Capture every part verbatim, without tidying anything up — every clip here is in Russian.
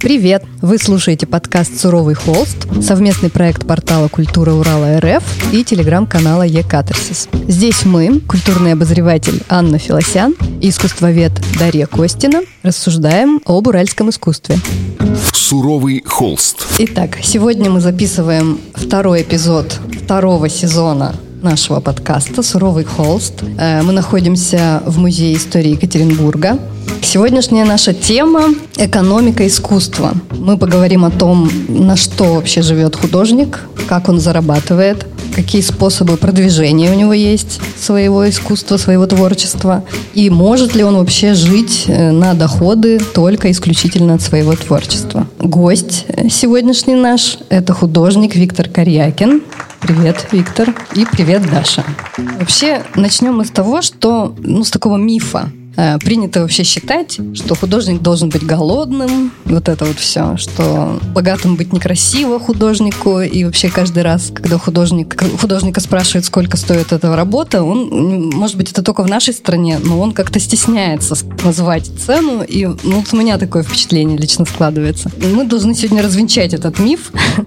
Привет! Вы слушаете подкаст «Суровый холст», совместный проект портала «Культура Урала РФ» и телеграм-канала «Е-Катарсис». Здесь мы, культурный обозреватель Анна Филосян и искусствовед Дарья Костина, рассуждаем об уральском искусстве. «Суровый холст». Итак, сегодня мы записываем второй эпизод второго сезона нашего подкаста «Суровый холст». Мы находимся в Музее истории Екатеринбурга. Сегодняшняя наша тема – экономика искусства. Мы поговорим о том, на что вообще живет художник, как он зарабатывает, какие способы продвижения у него есть своего искусства, своего творчества, и может ли он вообще жить на доходы только исключительно от своего творчества. Гость сегодняшний наш – это художник Виктор Карьякин. Привет, Виктор. И привет, Даша. Вообще, начнем мы с того, что, ну, с такого мифа. Принято вообще считать, что художник должен быть голодным, вот это вот все, что богатым быть некрасиво художнику, и вообще каждый раз, когда художник, художника спрашивают, сколько стоит эта работа, он, может быть, это только в нашей стране, но он как-то стесняется назвать цену, и ну, вот у меня такое впечатление лично складывается. Мы должны сегодня развенчать этот миф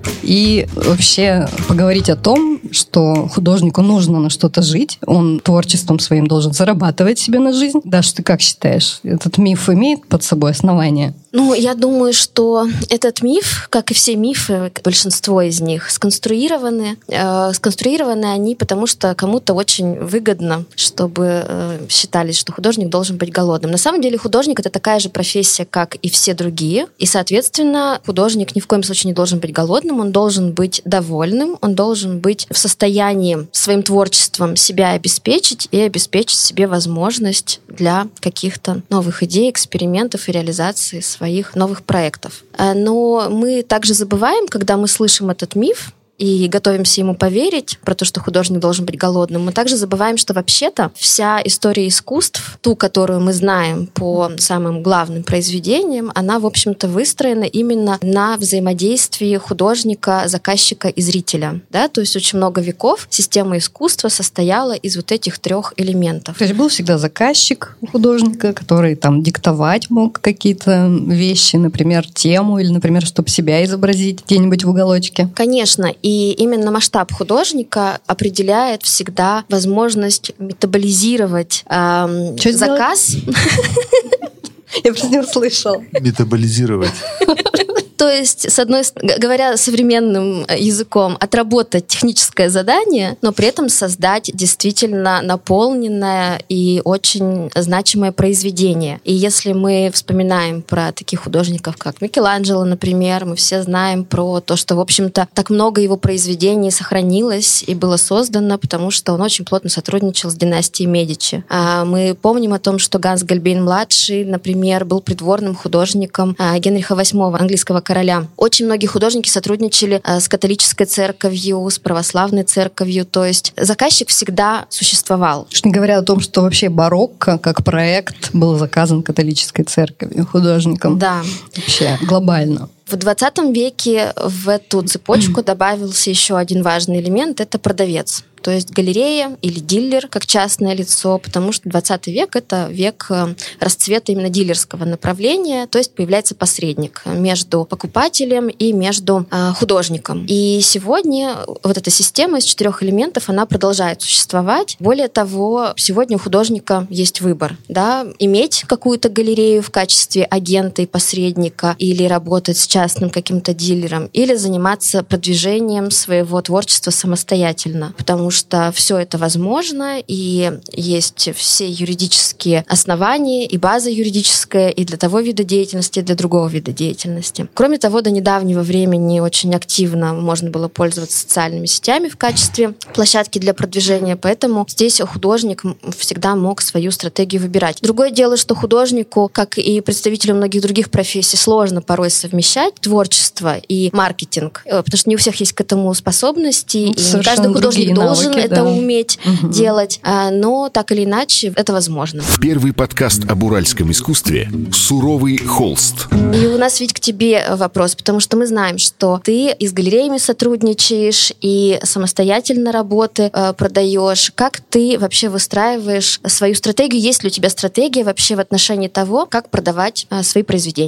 и вообще поговорить о том, что художнику нужно на что-то жить, он творчеством своим должен зарабатывать себе на жизнь. Даш, ты как считаешь, этот миф имеет под собой основание? Ну, я думаю, что этот миф, как и все мифы, большинство из них сконструированы. Э, сконструированы они потому, что кому-то очень выгодно, чтобы э, считались, что художник должен быть голодным. На самом деле художник — это такая же профессия, как и все другие. И, соответственно, художник ни в коем случае не должен быть голодным, он должен быть довольным, он должен быть в состоянии своим творчеством себя обеспечить и обеспечить себе возможность для каких-то новых идей, экспериментов и реализации своих своих новых проектов. Но мы также забываем, когда мы слышим этот миф и готовимся ему поверить, про то, что художник должен быть голодным, мы также забываем, что вообще-то вся история искусств, ту, которую мы знаем по самым главным произведениям, она, в общем-то, выстроена именно на взаимодействии художника, заказчика и зрителя. Да? То есть очень много веков система искусства состояла из вот этих трех элементов. То есть был всегда заказчик у художника, который там диктовать мог какие-то вещи, например, тему или, например, чтобы себя изобразить где-нибудь в уголочке. Конечно. И именно масштаб художника определяет всегда возможность метаболизировать эм, заказ. Я просто не услышала. Метаболизировать. То есть, с одной стороны, говоря современным языком, отработать техническое задание, но при этом создать действительно наполненное и очень значимое произведение. И если мы вспоминаем про таких художников, как Микеланджело, например, мы все знаем про то, что, в общем-то, так много его произведений сохранилось и было создано, потому что он очень плотно сотрудничал с династией Медичи. Мы помним о том, что Ганс Гальбейн-младший, например, был придворным художником Генриха восьмого, английского короля. Очень многие художники сотрудничали с католической церковью, с православной церковью, то есть заказчик всегда существовал. Уж не говоря о том, что вообще барокко как проект был заказан католической церковью, художником. Да. Вообще глобально. В двадцатом веке в эту цепочку добавился еще один важный элемент — это продавец. То есть галерея или дилер как частное лицо, потому что двадцатый век — это век расцвета именно дилерского направления, то есть появляется посредник между покупателем и между э, художником. И сегодня вот эта система из четырех элементов, она продолжает существовать. Более того, сегодня у художника есть выбор, да, иметь какую-то галерею в качестве агента и посредника или работать с частным каким-то дилером, или заниматься продвижением своего творчества самостоятельно, потому что все это возможно, и есть все юридические основания и база юридическая и для того вида деятельности, и для другого вида деятельности. Кроме того, до недавнего времени очень активно можно было пользоваться социальными сетями в качестве площадки для продвижения, поэтому здесь художник всегда мог свою стратегию выбирать. Другое дело, что художнику, как и представителю многих других профессий, сложно порой совмещать творчество и маркетинг, потому что не у всех есть к этому способности, ну, и каждый художник должен навыки, это да. уметь угу. делать, но так или иначе это возможно. Первый подкаст об уральском искусстве «Суровый холст». И у нас ведь к тебе вопрос, потому что мы знаем, что ты и с галереями сотрудничаешь, и самостоятельно работы э, продаешь. Как ты вообще выстраиваешь свою стратегию? Есть ли у тебя стратегия вообще в отношении того, как продавать э, свои произведения?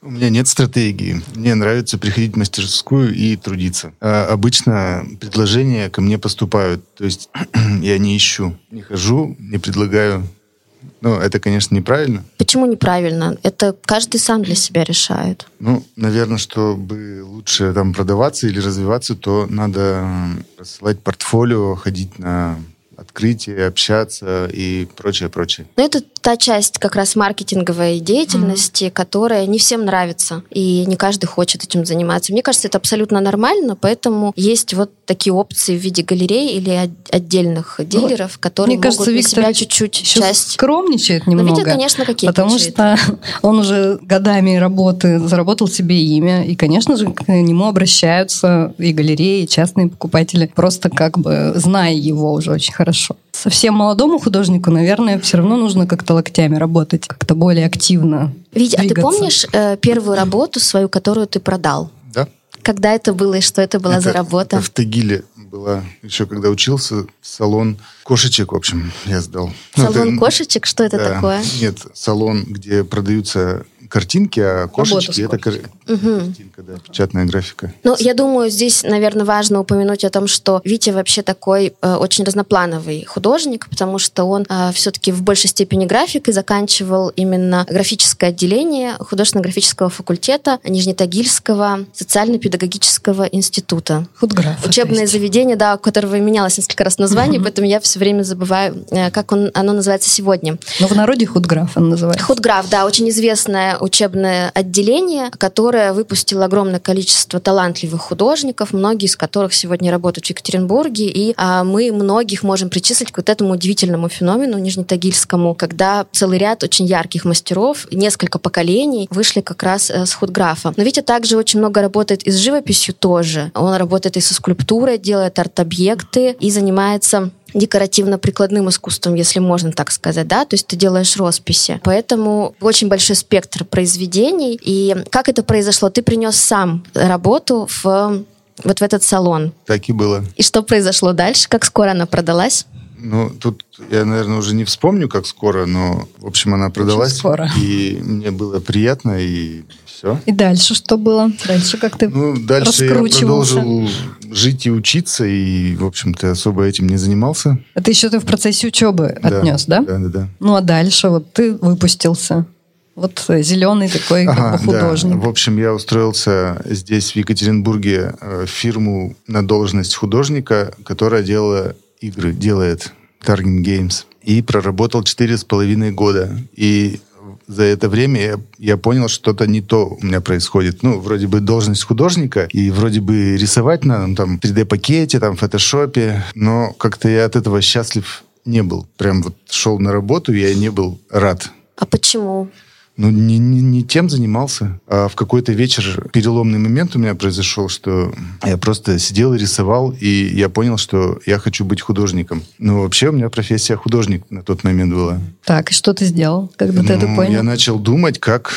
У меня нет стратегии. Мне нравится приходить в мастерскую и трудиться. А обычно предложения ко мне поступают. То есть я не ищу, не хожу, не предлагаю. Ну, это, конечно, неправильно. Почему неправильно? Это каждый сам для себя решает. Ну, наверное, чтобы лучше там продаваться или развиваться, то надо рассылать портфолио, ходить на открытие, общаться и прочее, прочее. Но это та часть как раз маркетинговой деятельности, mm-hmm. которая не всем нравится, и не каждый хочет этим заниматься. Мне кажется, это абсолютно нормально, поэтому есть вот такие опции в виде галерей или отдельных дилеров, которые Мне могут кажется, на Виктор себя чуть-чуть часть... скромничает немного. Но Витя, конечно, кокетничает. Потому что он уже годами работы заработал себе имя, и, конечно же, к нему обращаются и галереи, и частные покупатели, просто как бы зная его уже очень хорошо. Совсем молодому художнику, наверное, все равно нужно как-то локтями работать, как-то более активно Витя, двигаться. А ты помнишь э, первую работу свою, которую ты продал? Да. Когда это было и что это была это, за работа? Это в Тагиле была. Еще когда учился, салон кошечек, в общем, я сдал. Салон ну, кошечек? Что это да, такое? Нет, салон, где продаются картинки, а кошечки — это кар... угу. картинка, да, печатная графика. Ну, я думаю, здесь, наверное, важно упомянуть о том, что Витя вообще такой э, очень разноплановый художник, потому что он э, все-таки в большей степени график и заканчивал именно графическое отделение художественно-графического факультета Нижнетагильского социально-педагогического института. Худграф. Учебное заведение, да, у которого менялось несколько раз название, угу. поэтому я все время забываю, э, как он, оно называется сегодня. Но в народе худграф он называется. Худграф, да, очень известное учебное отделение, которое выпустило огромное количество талантливых художников, многие из которых сегодня работают в Екатеринбурге, и а, мы многих можем причислить к вот этому удивительному феномену нижнетагильскому, когда целый ряд очень ярких мастеров, несколько поколений вышли как раз э, с худграфа. Но Витя также очень много работает и с живописью тоже. Он работает и со скульптурой, делает арт-объекты и занимается декоративно-прикладным искусством, если можно так сказать, да, то есть ты делаешь росписи. Поэтому очень большой спектр произведений. И как это произошло? Ты принес сам работу в, вот в этот салон. Так и было. И что произошло дальше? Как скоро она продалась? Ну, тут я, наверное, уже не вспомню, как скоро, но, в общем, она продалась. Очень скоро. И мне было приятно, и все. И дальше что было? Дальше как ты Ну, дальше я раскручивался? продолжил жить и учиться, и, в общем-то, особо этим не занимался. Это еще ты в процессе учебы да, отнес, да? Да, да, да. Ну, а дальше вот ты выпустился. Вот зеленый такой ага, как бы художник. Да. В общем, я устроился здесь, в Екатеринбурге, в фирму на должность художника, которая делала игры, делает Target Games. И проработал четыре с половиной года. И за это время я, я понял, что что-то не то у меня происходит. Ну, вроде бы должность художника, и вроде бы рисовать надо, ну, там, в три дэ-пакете, там, в фотошопе, но как-то я от этого счастлив не был. Прям вот шел на работу, и я не был рад. А почему? Ну, не, не, не тем занимался. А в какой-то вечер переломный момент у меня произошел, что я просто сидел и рисовал, и я понял, что я хочу быть художником. Ну, вообще у меня профессия художник на тот момент была. Так, и что ты сделал, когда ну, ты это понял? Я начал думать, как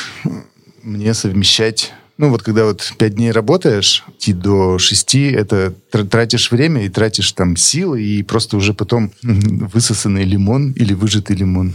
мне совмещать... Ну, вот когда вот пять дней работаешь, идти до шести, это тратишь время и тратишь там силы, и просто уже потом высосанный лимон или выжатый лимон.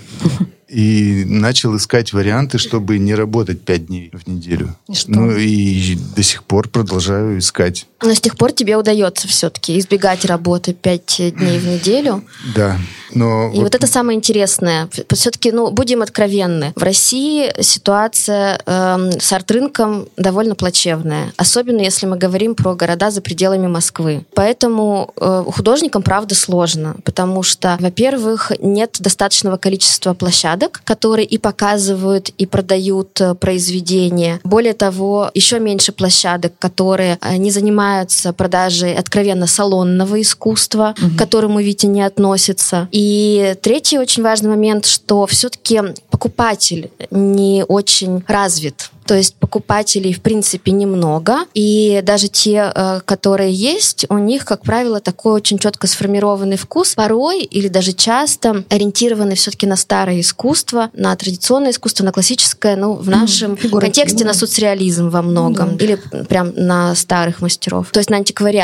И начал искать варианты, чтобы не работать пять дней в неделю. И что? Ну, и до сих пор продолжаю искать. Но с тех пор тебе удается все-таки избегать работы пять дней в неделю. Да. Но и вот... вот это самое интересное. Все-таки, ну, будем откровенны. В России ситуация э, с арт-рынком довольно плачевная. Особенно, если мы говорим про города за пределами Москвы. Поэтому э, художникам, правда, сложно. Потому что, во-первых, нет достаточного количества площадок, которые и показывают, и продают произведения. Более того, еще меньше площадок, которые не занимаются продажей откровенно салонного искусства, угу. к которому Витя не относится. И третий очень важный момент, что все-таки покупатель не очень развит. То есть покупателей, в принципе, немного. И даже те, которые есть, у них, как правило, такой очень четко сформированный вкус. Порой или даже часто ориентированы все-таки на старое искусство, на традиционное искусство, на классическое, ну, в нашем mm, контексте на соцреализм во многом. Mm. Или прям на старых мастеров. То есть на антиквариат.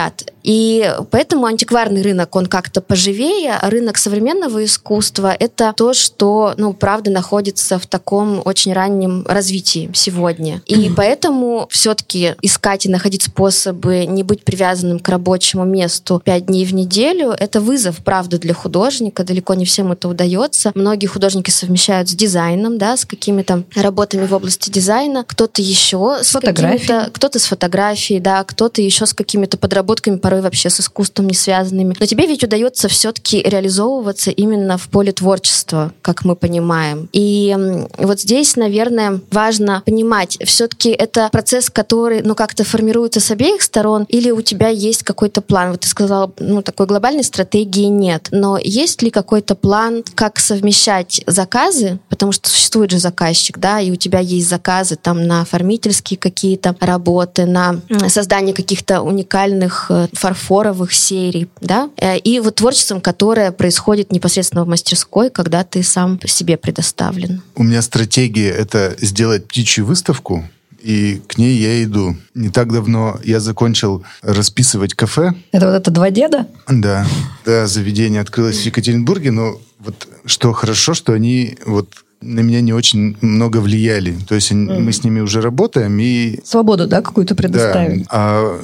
И поэтому антикварный рынок, он как-то поживее, а рынок современного искусства — это то, что, ну, правда, находится в таком очень раннем развитии сегодня. И mm-hmm. поэтому все-таки искать и находить способы не быть привязанным к рабочему месту пять дней в неделю — это вызов, правда, для художника. Далеко не всем это удается. Многие художники совмещают с дизайном, да, с какими-то работами в области дизайна. Кто-то еще с какими-то... Кто-то с фотографией, да, кто-то еще с какими-то подработками, порой вообще с искусством не связанными. Но тебе ведь удается все-таки реализовываться именно в поле творчества, как мы понимаем. И вот здесь, наверное, важно понимать, все-таки это процесс, который, ну, как-то формируется с обеих сторон, или у тебя есть какой-то план? Вот ты сказала, ну, такой глобальной стратегии нет. Но есть ли какой-то план, как совмещать заказы? Потому что существует же заказчик, да, и у тебя есть заказы там на оформительские какие-то работы, на создание каких-то уникальных фарфоровых серий, да, и вот творчеством, которое происходит непосредственно в мастерской, когда ты сам по себе предоставлен. У меня стратегия — это сделать птичью выставку, и к ней я иду. Не так давно я закончил расписывать кафе. Это вот это «Два деда»? Да. Да, заведение открылось в Екатеринбурге, но вот что хорошо, что они вот на меня не очень много влияли. То есть mm. мы с ними уже работаем и... Свободу, да, какую-то предоставили? Да. А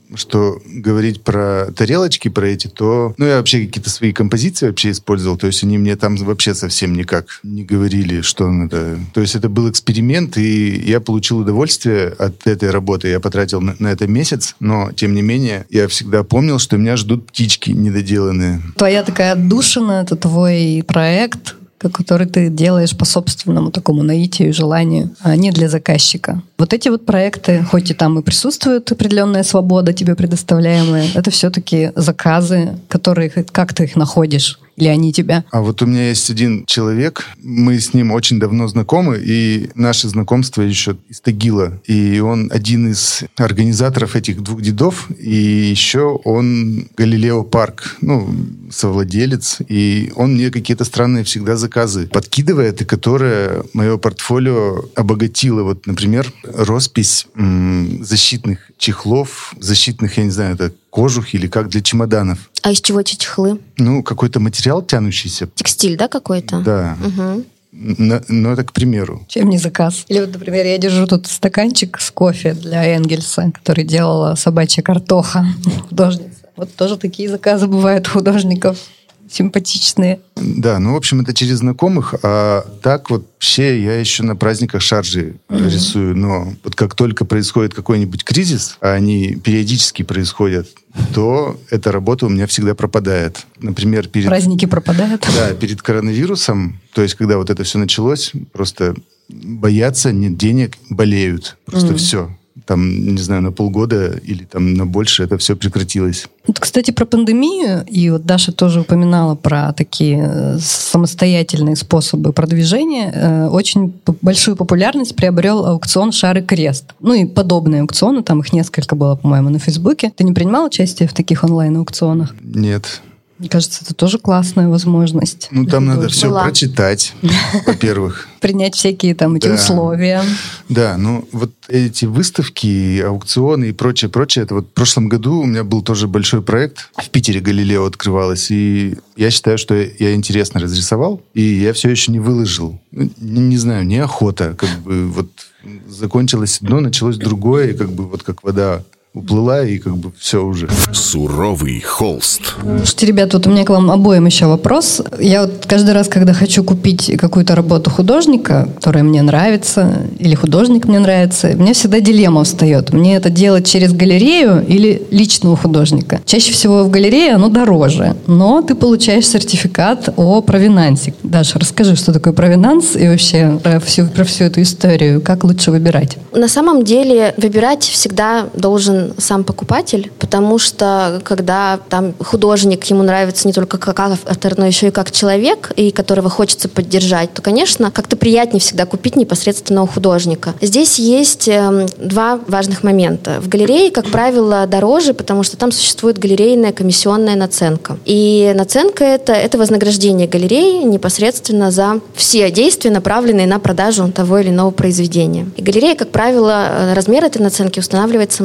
что говорить про тарелочки, про эти, то... Ну, я вообще какие-то свои композиции вообще использовал. То есть они мне там вообще совсем никак не говорили, что это... То есть это был эксперимент, и я получил удовольствие от этой работы. Я потратил на, на это месяц, но, тем не менее, я всегда помнил, что меня ждут птички недоделанные. Твоя такая отдушина, это твой проект, который ты делаешь по собственному такому наитию и желанию, а не для заказчика. Вот эти вот проекты, хоть и там и присутствует определенная свобода тебе предоставляемая, это все-таки заказы, которые, как ты их находишь? Или они тебя? А вот у меня есть один человек, мы с ним очень давно знакомы, и наше знакомство еще из Тагила. И он один из организаторов этих двух дедов, и еще он Галилео Парк, ну, совладелец, и он мне какие-то странные всегда заказы подкидывает, и которые мое портфолио обогатило. Вот, например, роспись м- защитных чехлов, защитных, я не знаю, это кожух или как, для чемоданов. А из чего эти чехлы? Ну, какой-то материал тянущийся. Текстиль, да, какой-то? Да. Угу. Но, но это к примеру. Чем не заказ? Или вот, например, я держу тут стаканчик с кофе для Энгельса, который делала собачья картоха, художница. Вот тоже такие заказы бывают у художников. Симпатичные. Да, ну, в общем, это через знакомых. А так вот вообще я еще на праздниках шаржи mm-hmm. рисую. Но вот как только происходит какой-нибудь кризис, а они периодически происходят, то эта работа у меня всегда пропадает. Например, перед... Праздники пропадают? Да, перед коронавирусом, то есть когда вот это все началось, просто боятся, нет денег, болеют. Просто mm-hmm. все. Там, не знаю, на полгода или там на больше это все прекратилось. Вот, кстати, про пандемию, и вот Даша тоже упоминала про такие самостоятельные способы продвижения. Очень большую популярность приобрел аукцион «Шар и крест». Ну и подобные аукционы, там их несколько было, по-моему, на Фейсбуке. Ты не принимал участие в таких онлайн-аукционах? Нет. Мне кажется, это тоже классная возможность. Ну, там надо Была. все прочитать, во-первых. Принять всякие там эти да. условия. Да, ну вот эти выставки, аукционы и прочее, прочее. Это вот в прошлом году у меня был тоже большой проект. В Питере Галилео открывалось. И я считаю, что я интересно разрисовал. И я все еще не выложил. Не, не знаю, неохота. Как бы вот закончилось одно, началось другое. И как бы вот как вода уплыла, и как бы все уже. Суровый холст. Слушайте, ребята, вот у меня к вам обоим еще вопрос. Я вот каждый раз, когда хочу купить какую-то работу художника, которая мне нравится, или художник мне нравится, мне всегда дилемма встает. Мне это делать через галерею или личного художника. Чаще всего в галерее оно дороже, но ты получаешь сертификат о провинансе. Даша, расскажи, что такое провинанс и вообще про всю, про всю эту историю. Как лучше выбирать? На самом деле выбирать всегда должен сам покупатель, потому что когда там художник, ему нравится не только как автор, но еще и как человек, и которого хочется поддержать, то, конечно, как-то приятнее всегда купить непосредственно у художника. Здесь есть э, два важных момента. В галерее, как правило, дороже, потому что там существует галерейная комиссионная наценка. И наценка это, это вознаграждение галереи непосредственно за все действия, направленные на продажу того или иного произведения. И галерея, как правило, размер этой наценки устанавливает самостоятельно.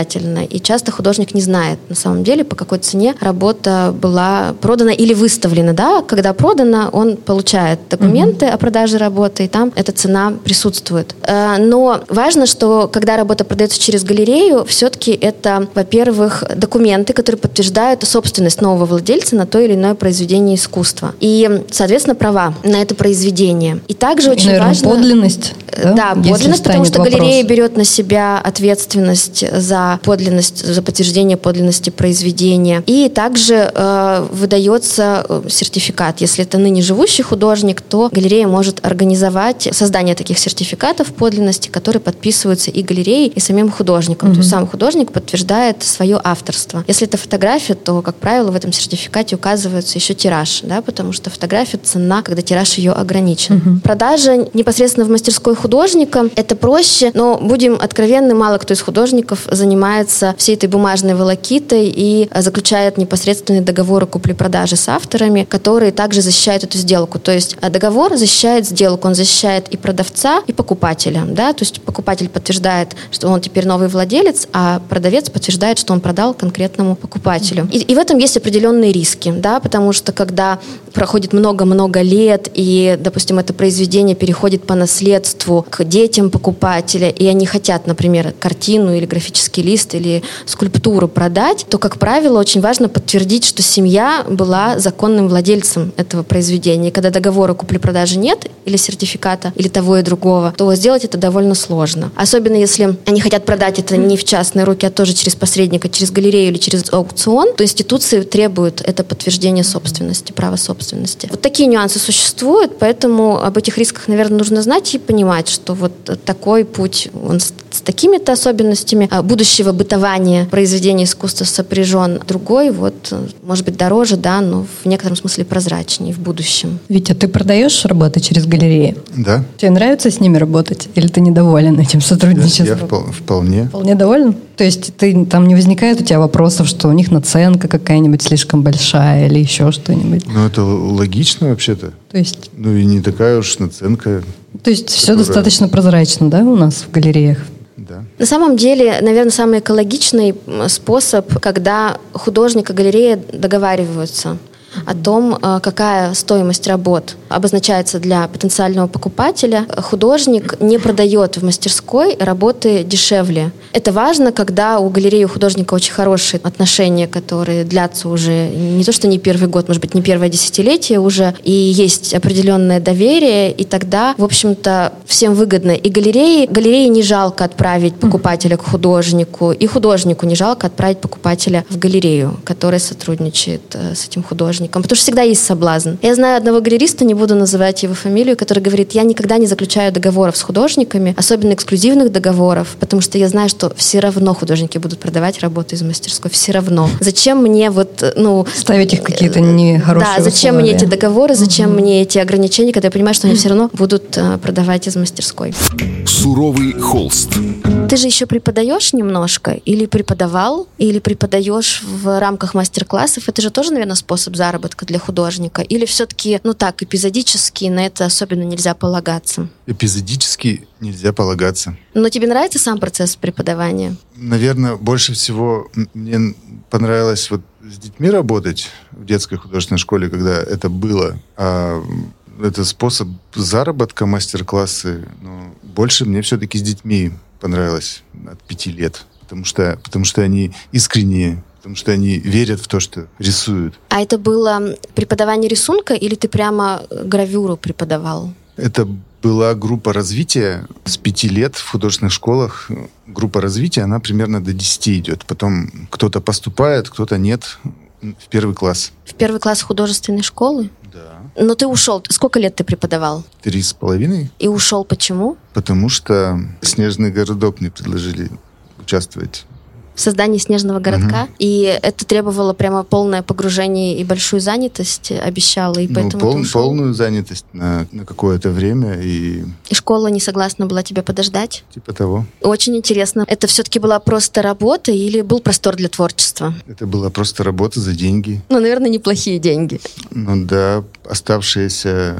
самостоятельно. И часто художник не знает, на самом деле, по какой цене работа была продана или выставлена. Да? Когда продана, он получает документы mm-hmm. о продаже работы, и там эта цена присутствует. Но важно, что когда работа продается через галерею, все-таки это, во-первых, документы, которые подтверждают собственность нового владельца на то или иное произведение искусства. И, соответственно, права на это произведение. И также и, очень наверное, важно... подлинность. Да, да подлинность, потому что вопрос. галерея берет на себя ответственность за подлинность, за подтверждение подлинности произведения. И также э, выдается сертификат. Если это ныне живущий художник, то галерея может организовать создание таких сертификатов подлинности, которые подписываются и галереей, и самим художником. Mm-hmm. То есть сам художник подтверждает свое авторство. Если это фотография, то, как правило, в этом сертификате указывается еще тираж, да, потому что фотография ценна, когда тираж ее ограничен. Mm-hmm. Продажа непосредственно в мастерской художника — это проще, но будем откровенны, мало кто из художников занимается всей этой бумажной волокитой и заключает непосредственные договоры купли-продажи с авторами, которые также защищают эту сделку. То есть договор защищает сделку, он защищает и продавца, и покупателя. Да? То есть покупатель подтверждает, что он теперь новый владелец, а продавец подтверждает, что он продал конкретному покупателю. И, и в этом есть определенные риски, да? Потому что когда проходит много-много лет, и, допустим, это произведение переходит по наследству к детям покупателя, и они хотят, например, картину или графический лист или скульптуру продать, то, как правило, очень важно подтвердить, что семья была законным владельцем этого произведения. И когда договора купли-продажи нет, или сертификата, или того и другого, то сделать это довольно сложно. Особенно если они хотят продать это не в частные руки, а тоже через посредника, через галерею или через аукцион, то институции требуют это подтверждение собственности, права собственности. Вот такие нюансы существуют, поэтому об этих рисках, наверное, нужно знать и понимать, что вот такой путь, он с, с такими-то особенностями будущего бытования произведения искусства сопряжен. Другой, вот, может быть, дороже, да, но в некотором смысле прозрачнее в будущем. Витя, ты продаешь работы через галереи? Да. Тебе нравится с ними работать? Или ты недоволен этим сотрудничеством? Я, я впол- вполне. Вполне доволен? То есть ты, там не возникает у тебя вопросов, что у них наценка какая-нибудь слишком большая или еще что-нибудь? Ну, это логично вообще-то. То есть... Ну, и не такая уж наценка. То есть все которая... достаточно прозрачно, да, у нас в галереях? Да. На самом деле, наверное, самый экологичный способ, когда художник и галерея договариваются о том, какая стоимость работ обозначается для потенциального покупателя. Художник не продает в мастерской работы дешевле. Это важно, когда у галереи, у художника очень хорошие отношения, которые длятся уже не то, что не первый год, может быть, не первое десятилетие уже, и есть определенное доверие, и тогда, в общем-то, всем выгодно. И галереи, галерее не жалко отправить покупателя к художнику, и художнику не жалко отправить покупателя в галерею, которая сотрудничает с этим художником. Потому что всегда есть соблазн. Я знаю одного галериста, не буду называть его фамилию, который говорит: я никогда не заключаю договоров с художниками, особенно эксклюзивных договоров, потому что я знаю, что все равно художники будут продавать работы из мастерской. Все равно. Зачем мне вот, ну... ставить их какие-то нехорошие Да, зачем условия. мне эти договоры, зачем угу. мне эти ограничения, когда я понимаю, что они все равно будут uh, продавать из мастерской. Суровый холст. Ты же еще преподаешь немножко? Или преподавал? Или преподаешь в рамках мастер-классов? Это же тоже, наверное, способ заработка для художника? Или все-таки, ну так, эпизодически, на это особенно нельзя полагаться? Эпизодически нельзя полагаться. Но тебе нравится сам процесс преподавания? Наверное, больше всего мне понравилось вот с детьми работать в детской художественной школе, когда это было. А это способ заработка, мастер-классы. Но больше мне все-таки с детьми понравилось от пяти лет. Потому что, потому что они искренние, потому что они верят в то, что рисуют. А это было преподавание рисунка или ты прямо гравюру преподавал? Это была группа развития с пяти лет в художественных школах. Группа развития, она примерно до десяти идет. Потом кто-то поступает, кто-то нет в первый класс. В первый класс художественной школы? Да. Но ты ушел. Сколько лет ты преподавал? Три с половиной. И ушел почему? Потому что «Снежный городок» мне предложили участвовать. В создании снежного городка. Угу. И это требовало прямо полное погружение и большую занятость, обещало. И ну, поэтому пол, ты ушел. Полную занятость на, на какое-то время. И... и школа не согласна была тебя подождать? Типа того. Очень интересно. Это все-таки была просто работа или был простор для творчества? Это была просто работа за деньги. Ну, наверное, неплохие деньги. Ну да, оставшиеся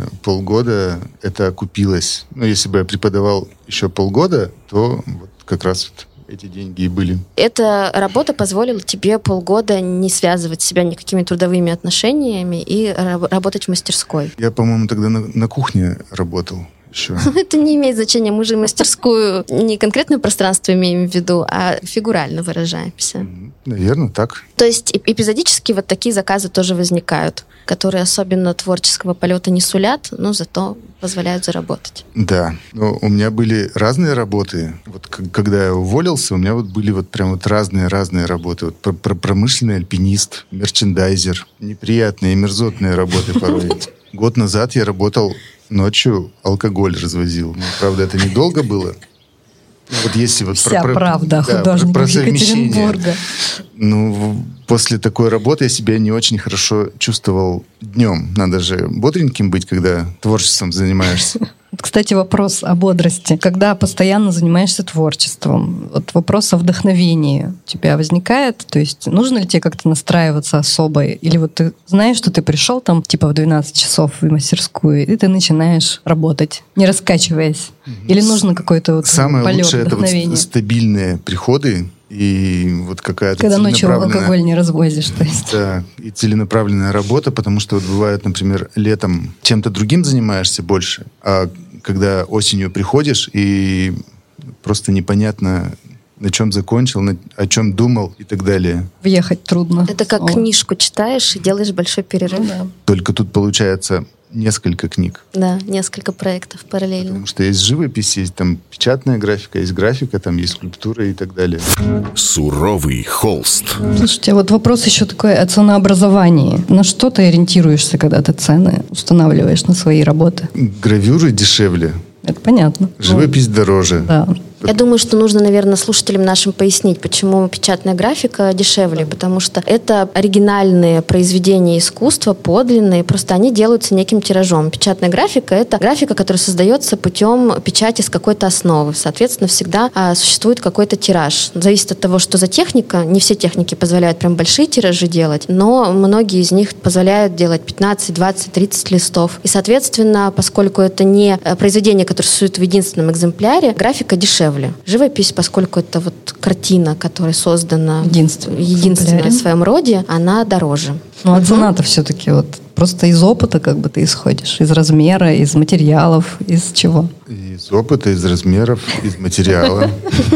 полгода это окупилось. Ну, если бы я преподавал еще полгода, то вот как раз вот эти деньги и были. Эта работа позволила тебе полгода не связывать себя никакими трудовыми отношениями и работать в мастерской. Я, по-моему, тогда на, на кухне работал. Еще. Это не имеет значения. Мы же мастерскую не конкретное пространство имеем в виду, а фигурально выражаемся. Наверное, так. То есть эпизодически вот такие заказы тоже возникают, которые особенно творческого полета не сулят, но зато позволяют заработать. Да. Но у меня были разные работы. Вот к- когда я уволился, у меня вот были вот прям вот разные-разные работы. Вот пр- пр- промышленный альпинист, мерчендайзер. Неприятные, мерзотные работы порой. Год назад я работал ночью, алкоголь развозил. Ну, правда, это недолго было. Вот если вот Вся про, правда да, художников про, про совмещение. Екатеринбурга. Ну, после такой работы я себя не очень хорошо чувствовал днем. Надо же бодреньким быть, когда творчеством занимаешься. Кстати, вопрос о бодрости. Когда постоянно занимаешься творчеством, вот вопрос о вдохновении у тебя возникает? То есть нужно ли тебе как-то настраиваться особо? Или вот ты знаешь, что ты пришел там типа в двенадцать часов в мастерскую, и ты начинаешь работать, не раскачиваясь? Или нужно какой-то вот Самое полет лучшее — это вдохновения? вот стабильные приходы и вот какая-то Когда ночью целенаправленная- алкоголь не развозишь, то есть. Да, и целенаправленная работа, потому что вот бывает, например, летом чем-то другим занимаешься больше, а когда осенью приходишь и просто непонятно, на чем закончил, на, о чем думал и так далее. Въехать трудно. Это как снова. книжку читаешь и делаешь большой перерыв. Ну да. Только тут получается несколько книг. Да, несколько проектов параллельно. Потому что есть живопись, есть там печатная графика, есть графика, там есть скульптура и так далее. Суровый холст. Слушайте, вот вопрос еще такой о ценообразовании. На что ты ориентируешься, когда ты цены устанавливаешь на свои работы? Гравюры дешевле, Это понятно. живопись дороже. Да. Я думаю, что нужно, наверное, слушателям нашим пояснить, почему печатная графика дешевле, потому что это оригинальные произведения искусства, подлинные, просто они делаются неким тиражом. Печатная графика — это графика, которая создается путем печати с какой-то основы. Соответственно, всегда а, существует какой-то тираж. Зависит от того, что за техника. Не все техники позволяют прям большие тиражи делать, но многие из них позволяют делать пятнадцать, двадцать, тридцать листов. И, соответственно, поскольку это не произведение, которое существует в единственном экземпляре, графика дешевле. Живопись, поскольку это вот картина, которая создана Единственная. единственная в своем роде, она дороже. Ну, а цена-то все-таки вот просто из опыта как бы ты исходишь, из размера, из материалов, из чего? Из опыта, из размеров, из материала.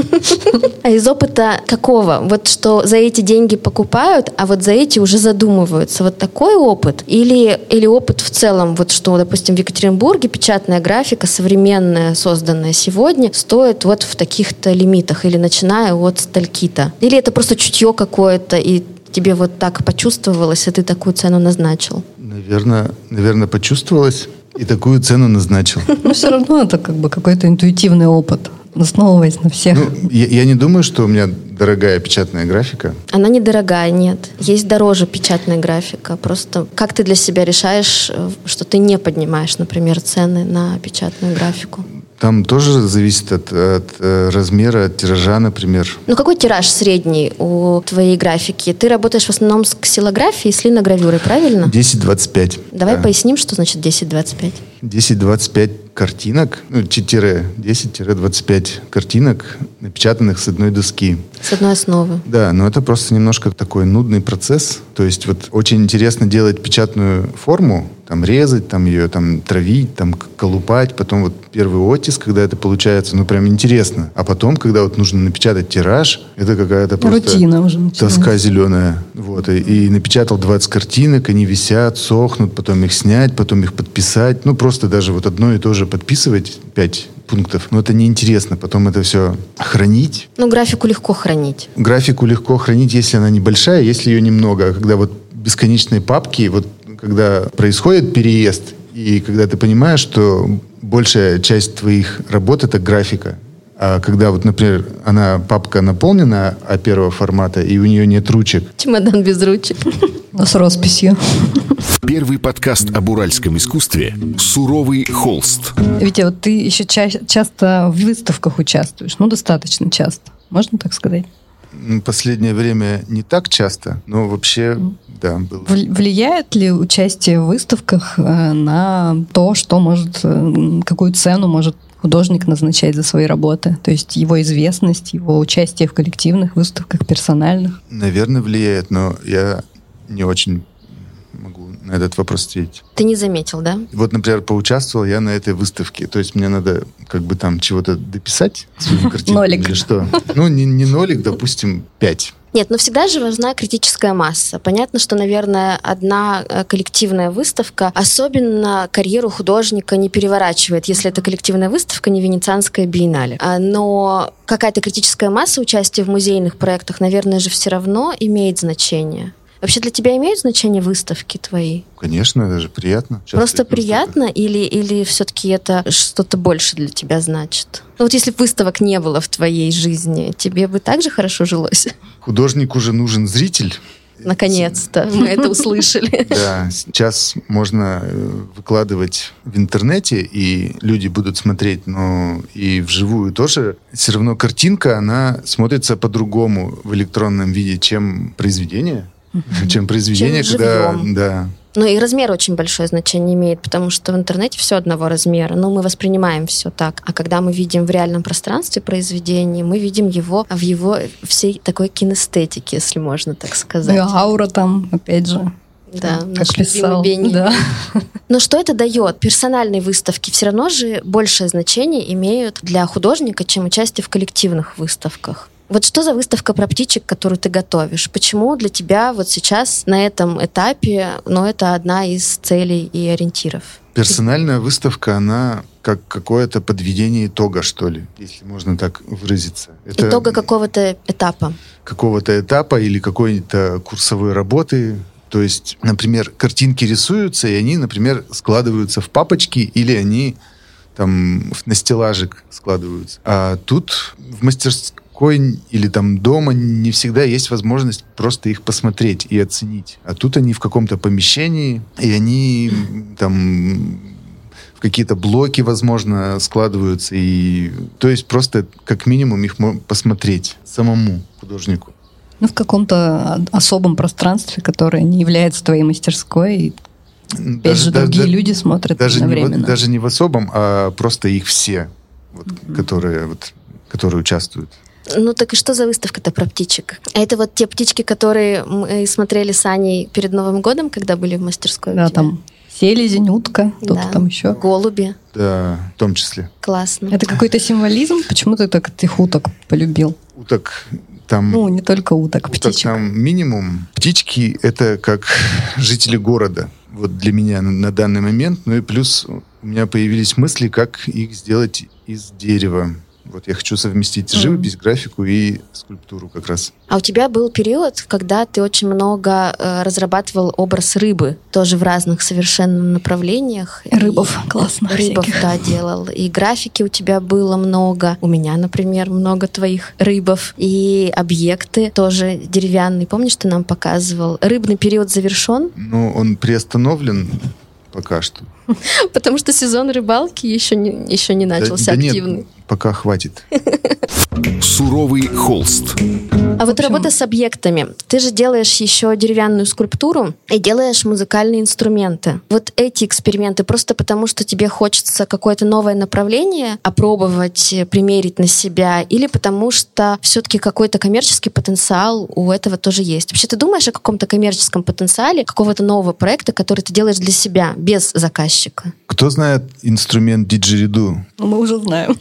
А из опыта какого? Вот что за эти деньги покупают, а вот за эти уже задумываются. Вот такой опыт? Или, или опыт в целом, вот что, допустим, в Екатеринбурге печатная графика современная, созданная сегодня, стоит вот в таких-то лимитах или начиная от стальки-то? Или это просто чутье какое-то, и тебе вот так почувствовалось, и ты такую цену назначил? Наверное, наверное, почувствовалось и такую цену назначил. Ну, все равно это как бы какой-то интуитивный опыт, основываясь на всех. Ну, я, я не думаю, что у меня дорогая печатная графика. Она недорогая, нет. Есть дороже печатная графика. Просто как ты для себя решаешь, что ты не поднимаешь, например, цены на печатную графику? Там тоже зависит от, от э, размера, от тиража, например. Ну, какой тираж средний у твоей графики? Ты работаешь в основном с ксилографией, с линогравюрой, правильно? десять двадцать пять. Давай да. поясним, что значит десять двадцать пять. десять двадцать пять картинок, ну, десять двадцать пять картинок, напечатанных с одной доски. С одной основы. Да, но это просто немножко такой нудный процесс. То есть вот очень интересно делать печатную форму, там резать, там ее там травить, там колупать, потом вот первый оттиск, когда это получается, ну прям интересно. А потом, когда вот нужно напечатать тираж, это какая-то просто Рутина уже начинается. тоска зеленая. Вот, и, и напечатал двадцать картинок, они висят, сохнут, потом их снять, потом их подписать. Ну просто даже вот одно и то же подписывать, пять пунктов, но это неинтересно. Потом это все хранить. Ну, графику легко хранить. Графику легко хранить, если она небольшая, если ее немного. А когда вот бесконечные папки, вот когда происходит переезд, и когда ты понимаешь, что большая часть твоих работ — это графика. А когда вот, например, она, папка наполнена а первого формата, и у нее нет ручек. Чемодан без ручек. Но с росписью. Первый подкаст об уральском искусстве «Суровый холст». Витя, вот ты еще ча- часто в выставках участвуешь, ну, достаточно часто. Можно так сказать? Последнее время не так часто, но вообще, да, было. Влияет ли участие в выставках э, на то, что может, э, какую цену может художник назначает за свои работы? То есть его известность, его участие в коллективных выставках, персональных? Наверное, влияет, но я не очень могу на этот вопрос ответить. Ты не заметил, да? Вот, например, поучаствовал я на этой выставке. То есть мне надо как бы там чего-то дописать, свою картину. Нолик. Или что? Ну, не, не нолик, допустим, пять. Нет, но всегда же важна критическая масса. Понятно, что, наверное, одна коллективная выставка особенно карьеру художника не переворачивает, если это коллективная выставка, не Венецианская биеннале. Но какая-то критическая масса участия в музейных проектах, наверное же, все равно имеет значение. Вообще для тебя имеют значение выставки твои? Конечно, это же приятно. Просто приятно или, или все-таки это что-то больше для тебя значит? Ну вот если бы выставок не было в твоей жизни, тебе бы так же хорошо жилось? Художнику же нужен зритель. Наконец-то мы это услышали. Да, сейчас можно выкладывать в интернете, и люди будут смотреть, но и вживую тоже. Все равно картинка, она смотрится по-другому в электронном виде, чем произведение. Чем произведение, чем когда... живьем. Да. Ну и размер очень большое значение имеет, потому что в интернете все одного размера, но мы воспринимаем все так. А когда мы видим в реальном пространстве произведение, мы видим его в его всей такой кинестетике, если можно так сказать. И аура там, опять же. Да, как наш писал. любимый Бенни. Да. Но что это дает? Персональные выставки все равно же большее значение имеют для художника, чем участие в коллективных выставках. Вот что за выставка про птичек, которую ты готовишь? Почему для тебя вот сейчас на этом этапе, ну, это одна из целей и ориентиров? Персональная выставка, она как какое-то подведение итога, что ли, если можно так выразиться. Это Итога какого-то этапа. Какого-то этапа или какой-то курсовой работы. То есть, например, картинки рисуются, и они, например, складываются в папочки, или они там на стеллажик складываются. А тут в мастерской или там дома не всегда есть возможность просто их посмотреть и оценить. А тут они в каком-то помещении, и они там в какие-то блоки, возможно, складываются. И, то есть просто как минимум их посмотреть самому художнику. Ну, в каком-то особом пространстве, которое не является твоей мастерской, и опять даже, же, другие да, люди смотрят даже одновременно. Не в, даже не в особом, а просто их все, вот, mm-hmm. которые, вот, которые участвуют. Ну так и что за выставка-то про птичек? А это вот те птички, которые мы смотрели с Аней перед Новым годом, когда были в мастерской? Да, там селезень, утка, кто-то да. там еще. Голуби. Да, в том числе. Классно. Это какой-то символизм? Почему ты так этих уток полюбил? Уток там... Ну, не только уток, уток птичек. Там минимум. Птички — это как жители города. Вот для меня на, на данный момент. Ну и плюс у меня появились мысли, как их сделать из дерева. Вот я хочу совместить живопись, mm-hmm. графику и скульптуру как раз. А у тебя был период, когда ты очень много э, разрабатывал образ рыбы, тоже в разных совершенно направлениях. Рыбов, и классно. Рыбов, всяких. Да, делал. И графики у тебя было много. У меня, например, много твоих рыбов. И объекты тоже деревянные. Помнишь, ты нам показывал? Рыбный период завершен? Ну, он приостановлен пока что. Потому что сезон рыбалки еще не, еще не начался да, да активный. Нет, пока хватит. Суровый холст. А вот работа с объектами. Ты же делаешь еще деревянную скульптуру и делаешь музыкальные инструменты. Вот эти эксперименты просто потому, что тебе хочется какое-то новое направление опробовать, примерить на себя, или потому что все-таки какой-то коммерческий потенциал у этого тоже есть? Вообще ты думаешь о каком-то коммерческом потенциале какого-то нового проекта, который ты делаешь для себя, без заказчика? Кто знает инструмент диджериду? Мы уже знаем.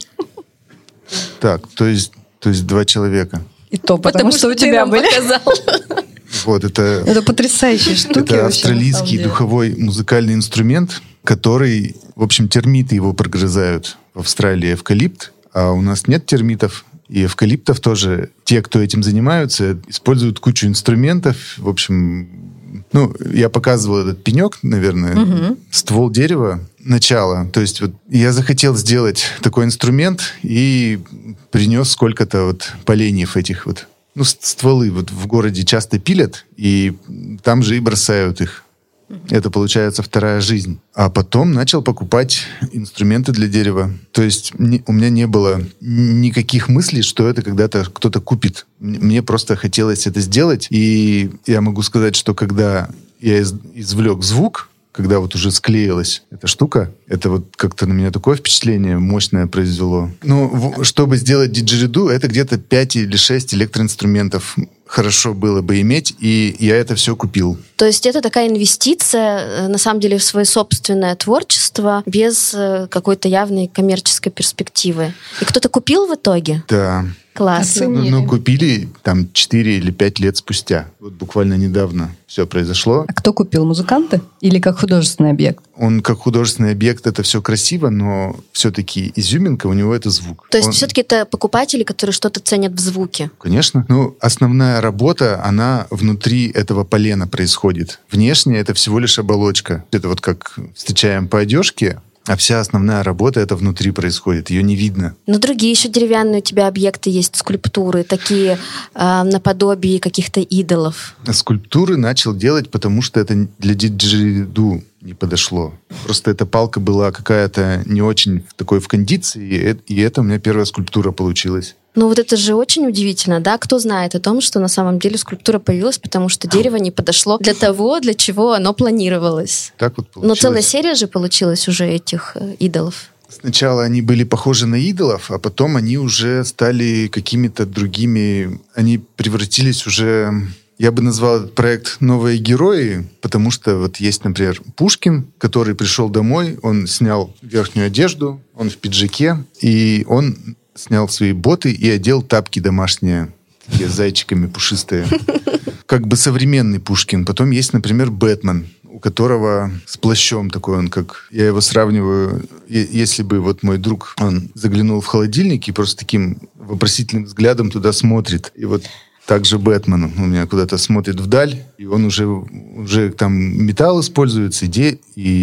Так, то есть, то есть два человека. И то, потому, потому что, что у тебя были. Вот, это, это потрясающие штуки. Это австралийский духовой музыкальный инструмент, который, в общем, термиты его прогрызают в Австралии, эвкалипт, а у нас нет термитов. И эвкалиптов тоже. Те, кто этим занимаются, используют кучу инструментов. В общем, ну, я показывал этот пенек, наверное, угу. ствол дерева, начало. То есть вот я захотел сделать такой инструмент и принес сколько-то вот поленьев этих вот. Ну, стволы вот в городе часто пилят, и там же и бросают их. Это, получается, вторая жизнь. А потом начал покупать инструменты для дерева. То есть не, у меня не было никаких мыслей, что это когда-то кто-то купит. Мне просто хотелось это сделать. И я могу сказать, что когда я из, извлек звук, когда вот уже склеилась эта штука, это вот как-то на меня такое впечатление мощное произвело. Ну, чтобы сделать диджериду, это где-то пять или шесть электроинструментов хорошо было бы иметь, и я это все купил. То есть это такая инвестиция, на самом деле, в свое собственное творчество без какой-то явной коммерческой перспективы. И кто-то купил в итоге? Да. Класс. Ну, ну, купили там четыре или пять лет спустя. Вот буквально недавно все произошло. А кто купил? Музыканты? Или как художественный объект? Он как художественный объект, это все красиво, но все-таки изюминка у него это звук. То есть Он... все-таки это покупатели, которые что-то ценят в звуке? Конечно. Ну, основная работа, она внутри этого полена происходит. Внешне это всего лишь оболочка. Это вот как встречаем по одежке, а вся основная работа это внутри происходит, ее не видно. Но другие еще деревянные у тебя объекты есть, скульптуры, такие э, наподобие каких-то идолов. Скульптуры начал делать, потому что это для диджериду не подошло. Просто эта палка была какая-то не очень такой в кондиции, и это у меня первая скульптура получилась. Ну вот это же очень удивительно, да? Кто знает о том, что на самом деле скульптура появилась, потому что дерево не подошло для того, для чего оно планировалось. Так вот получилось. Но целая серия же получилась уже этих э, идолов. Сначала они были похожи на идолов, а потом они уже стали какими-то другими... Они превратились уже... Я бы назвал этот проект «Новые герои», потому что вот есть, например, Пушкин, который пришел домой, он снял верхнюю одежду, он в пиджаке, и он снял свои боты и одел тапки домашние, такие с зайчиками пушистые. Как бы современный Пушкин. Потом есть, например, Бэтмен, у которого с плащом такой он, как... Я его сравниваю, если бы вот мой друг, он заглянул в холодильник и просто таким вопросительным взглядом туда смотрит. И вот также Бэтмен у меня куда-то смотрит вдаль, и он уже, уже там металл используется, и,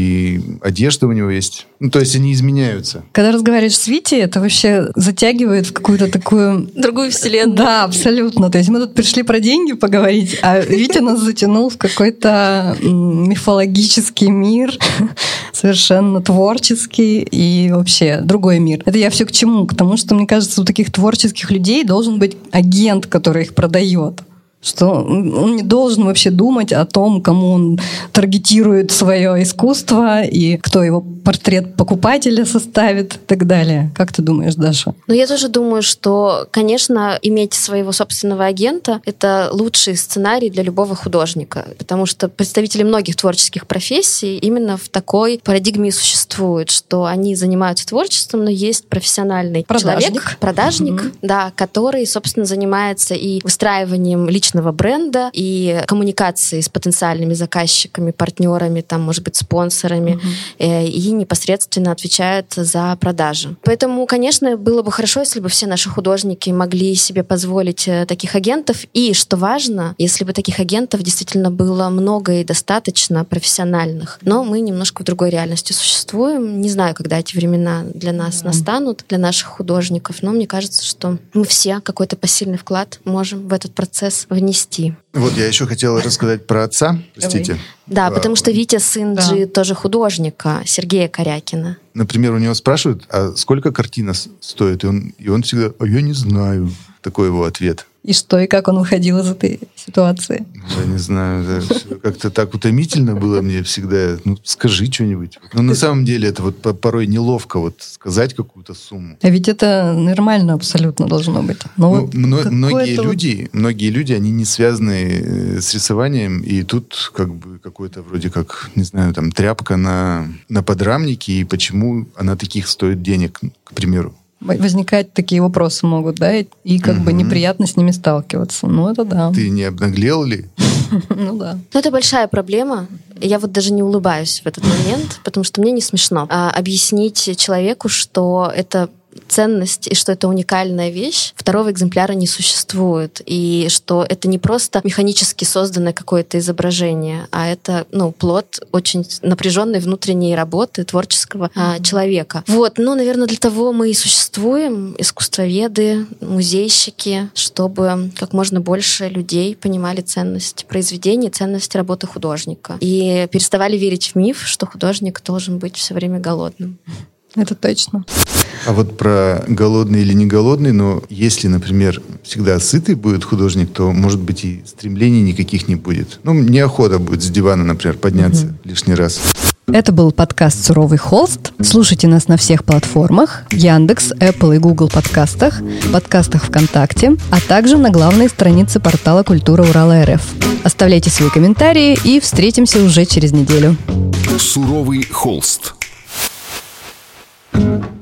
и одежда у него есть. Ну, то есть они изменяются. Когда разговариваешь с Витей, это вообще затягивает в какую-то такую... Другую вселенную. Да, абсолютно. То есть мы тут пришли про деньги поговорить, а Витя нас затянул в какой-то мифологический мир, совершенно творческий и вообще другой мир. Это я все к чему? К тому, что, мне кажется, у таких творческих людей должен быть агент, который их продает. Что он не должен вообще думать о том, кому он таргетирует свое искусство и кто его портрет покупателя составит и так далее. Как ты думаешь, Даша? Ну, я тоже думаю, что, конечно, иметь своего собственного агента — это лучший сценарий для любого художника, потому что представители многих творческих профессий именно в такой парадигме и существуют, что они занимаются творчеством, но есть профессиональный продажник. человек, продажник, mm-hmm. да, который, собственно, занимается и выстраиванием личного бренда, и коммуникацией с потенциальными заказчиками, партнерами, там, может быть, спонсорами, mm-hmm. и непосредственно отвечает за продажи. Поэтому, конечно, было бы хорошо, если бы все наши художники могли себе позволить таких агентов. И, что важно, если бы таких агентов действительно было много и достаточно профессиональных. Но мы немножко в другой реальности существуем. Не знаю, когда эти времена для нас mm-hmm. настанут, для наших художников. Но мне кажется, что мы все какой-то посильный вклад можем в этот процесс внести. Вот я еще хотела рассказать про отца. Простите. Давай. Да, а, потому что Витя сын да. Джи тоже художника, Сергея Корякина. Например, у него спрашивают, а сколько картина стоит? И он, и он всегда, а я не знаю. Такой его ответ. И что, и как он выходил из этой ситуации? Я не знаю, да, как-то так утомительно было мне всегда. Ну, скажи что-нибудь. Но на самом деле это вот порой неловко вот сказать какую-то сумму. А ведь это нормально абсолютно должно быть. Но ну, вот мно- многие вот... люди, многие люди, они не связаны с рисованием, и тут как бы какой-то вроде как, не знаю, там тряпка на, на подрамнике, и почему она таких стоит денег, к примеру. Возникать такие вопросы могут, да, и, и как угу. бы неприятно с ними сталкиваться. Ну, это да. Ты не обнаглел ли? Ну, да. Ну, это большая проблема. Я вот даже не улыбаюсь в этот момент, потому что мне не смешно а объяснить человеку, что это ценность и что это уникальная вещь, второго экземпляра не существует. И что это не просто механически созданное какое-то изображение, а это, ну, плод очень напряженной внутренней работы творческого mm-hmm. а, человека. Вот, ну, наверное, для того мы и существуем, искусствоведы, музейщики, чтобы как можно больше людей понимали ценность произведения, ценность работы художника. И переставали верить в миф, что художник должен быть все время голодным. Это точно. А вот про голодный или не голодный, но если, например, всегда сытый будет художник, то, может быть, и стремлений никаких не будет. Ну, неохота будет с дивана, например, подняться mm-hmm. лишний раз. Это был подкаст «Суровый холст». Слушайте нас на всех платформах: Яндекс, Apple и Google подкастах, подкастах ВКонтакте, а также на главной странице портала «Культура Урала РФ». Оставляйте свои комментарии и встретимся уже через неделю. «Суровый холст».